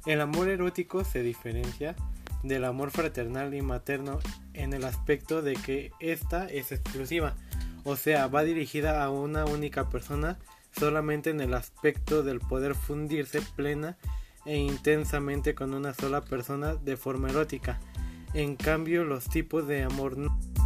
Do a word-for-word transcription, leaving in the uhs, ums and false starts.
El amor erótico se diferencia del amor fraternal y materno en el aspecto de que ésta es exclusiva, o sea, va dirigida a una única persona solamente en el aspecto del poder fundirse plena e intensamente con una sola persona de forma erótica. En cambio, los tipos de amor